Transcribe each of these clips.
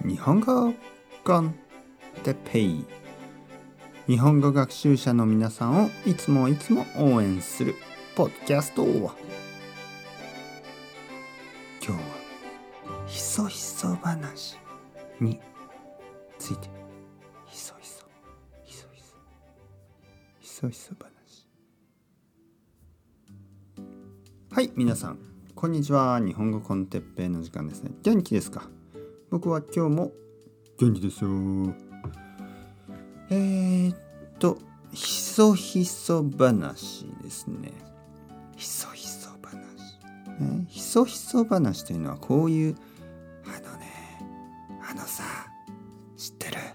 日本語コンテペイ。日本語学習者の皆さんをいつも応援するポッドキャスト。今日はひそひそ話について。ひそひそ話。はい、皆さんこんにちは。日本語コンテッペイの時間ですね。元気ですか？僕は今日も元気ですよ。ひそひそ話ですね。ひそひそ話、ひそひそ話というのはこういうさ、知ってる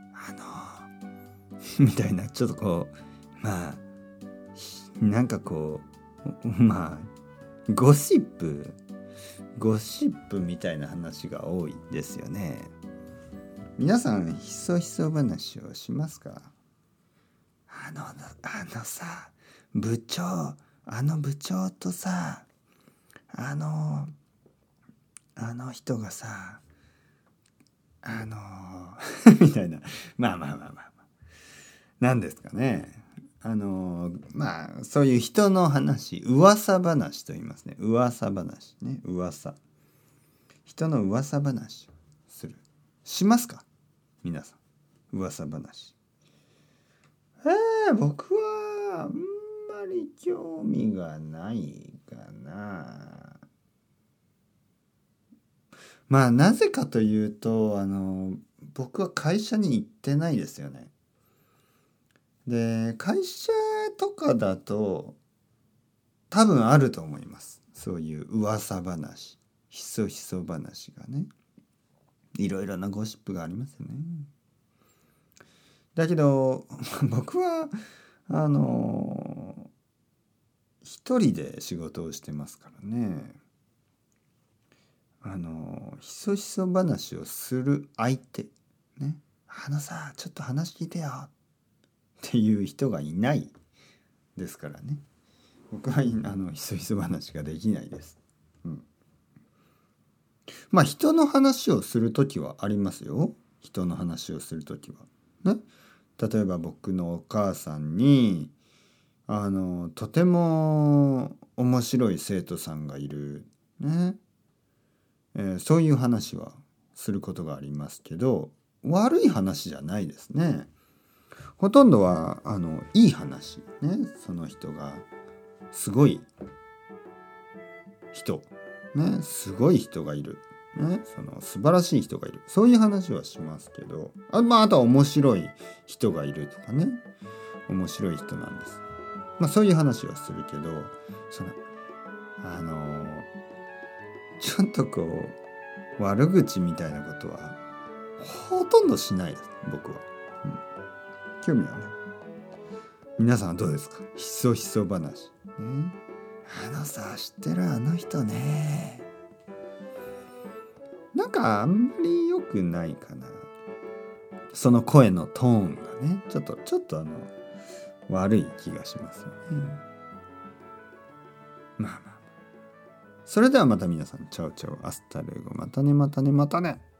みたいな、ちょっとこうなんかこうゴシップみたいな話が多いですよね。皆さんひそひそ話をしますか？さ、部長とさ、あの人がさ、みたいな、何ですかね。そういう人の話、噂話と言いますね。噂話ね、人の噂話しますか？皆さん噂話。僕はあんまり興味がないかな。なぜかというと僕は会社に行ってないですよね。で、会社とかだと多分あると思います。そういう噂話、ひそひそ話がね、いろいろなゴシップがありますよね。だけど僕は一人で仕事をしてますからね。ひそひそ話をする相手ね、さ、ちょっと話聞いてよっていう人がいないですからね。僕はひそひそ話ができないです。人の話をするときはありますよ。人の話をするときはね。例えば僕のお母さんにとても面白い生徒さんがいるね、そういう話はすることがありますけど、悪い話じゃないですね。ほとんどはいい話ね。その人がすごい人ね、すごい人がいるね、その素晴らしい人がいる、そういう話はしますけど、あとは面白い人がいるとかね、面白い人なんです。そういう話はするけど、ちょっとこう悪口みたいなことはほとんどしないです、僕は。興味はない。皆さんはどうですか？ひそひそ話ね。さ、知ってる人ね、なんかあんまり良くないかな。その声のトーンがね、ちょっと悪い気がしますよね。それではまた皆さん、チャオチャオ、アスタルエゴ、またね。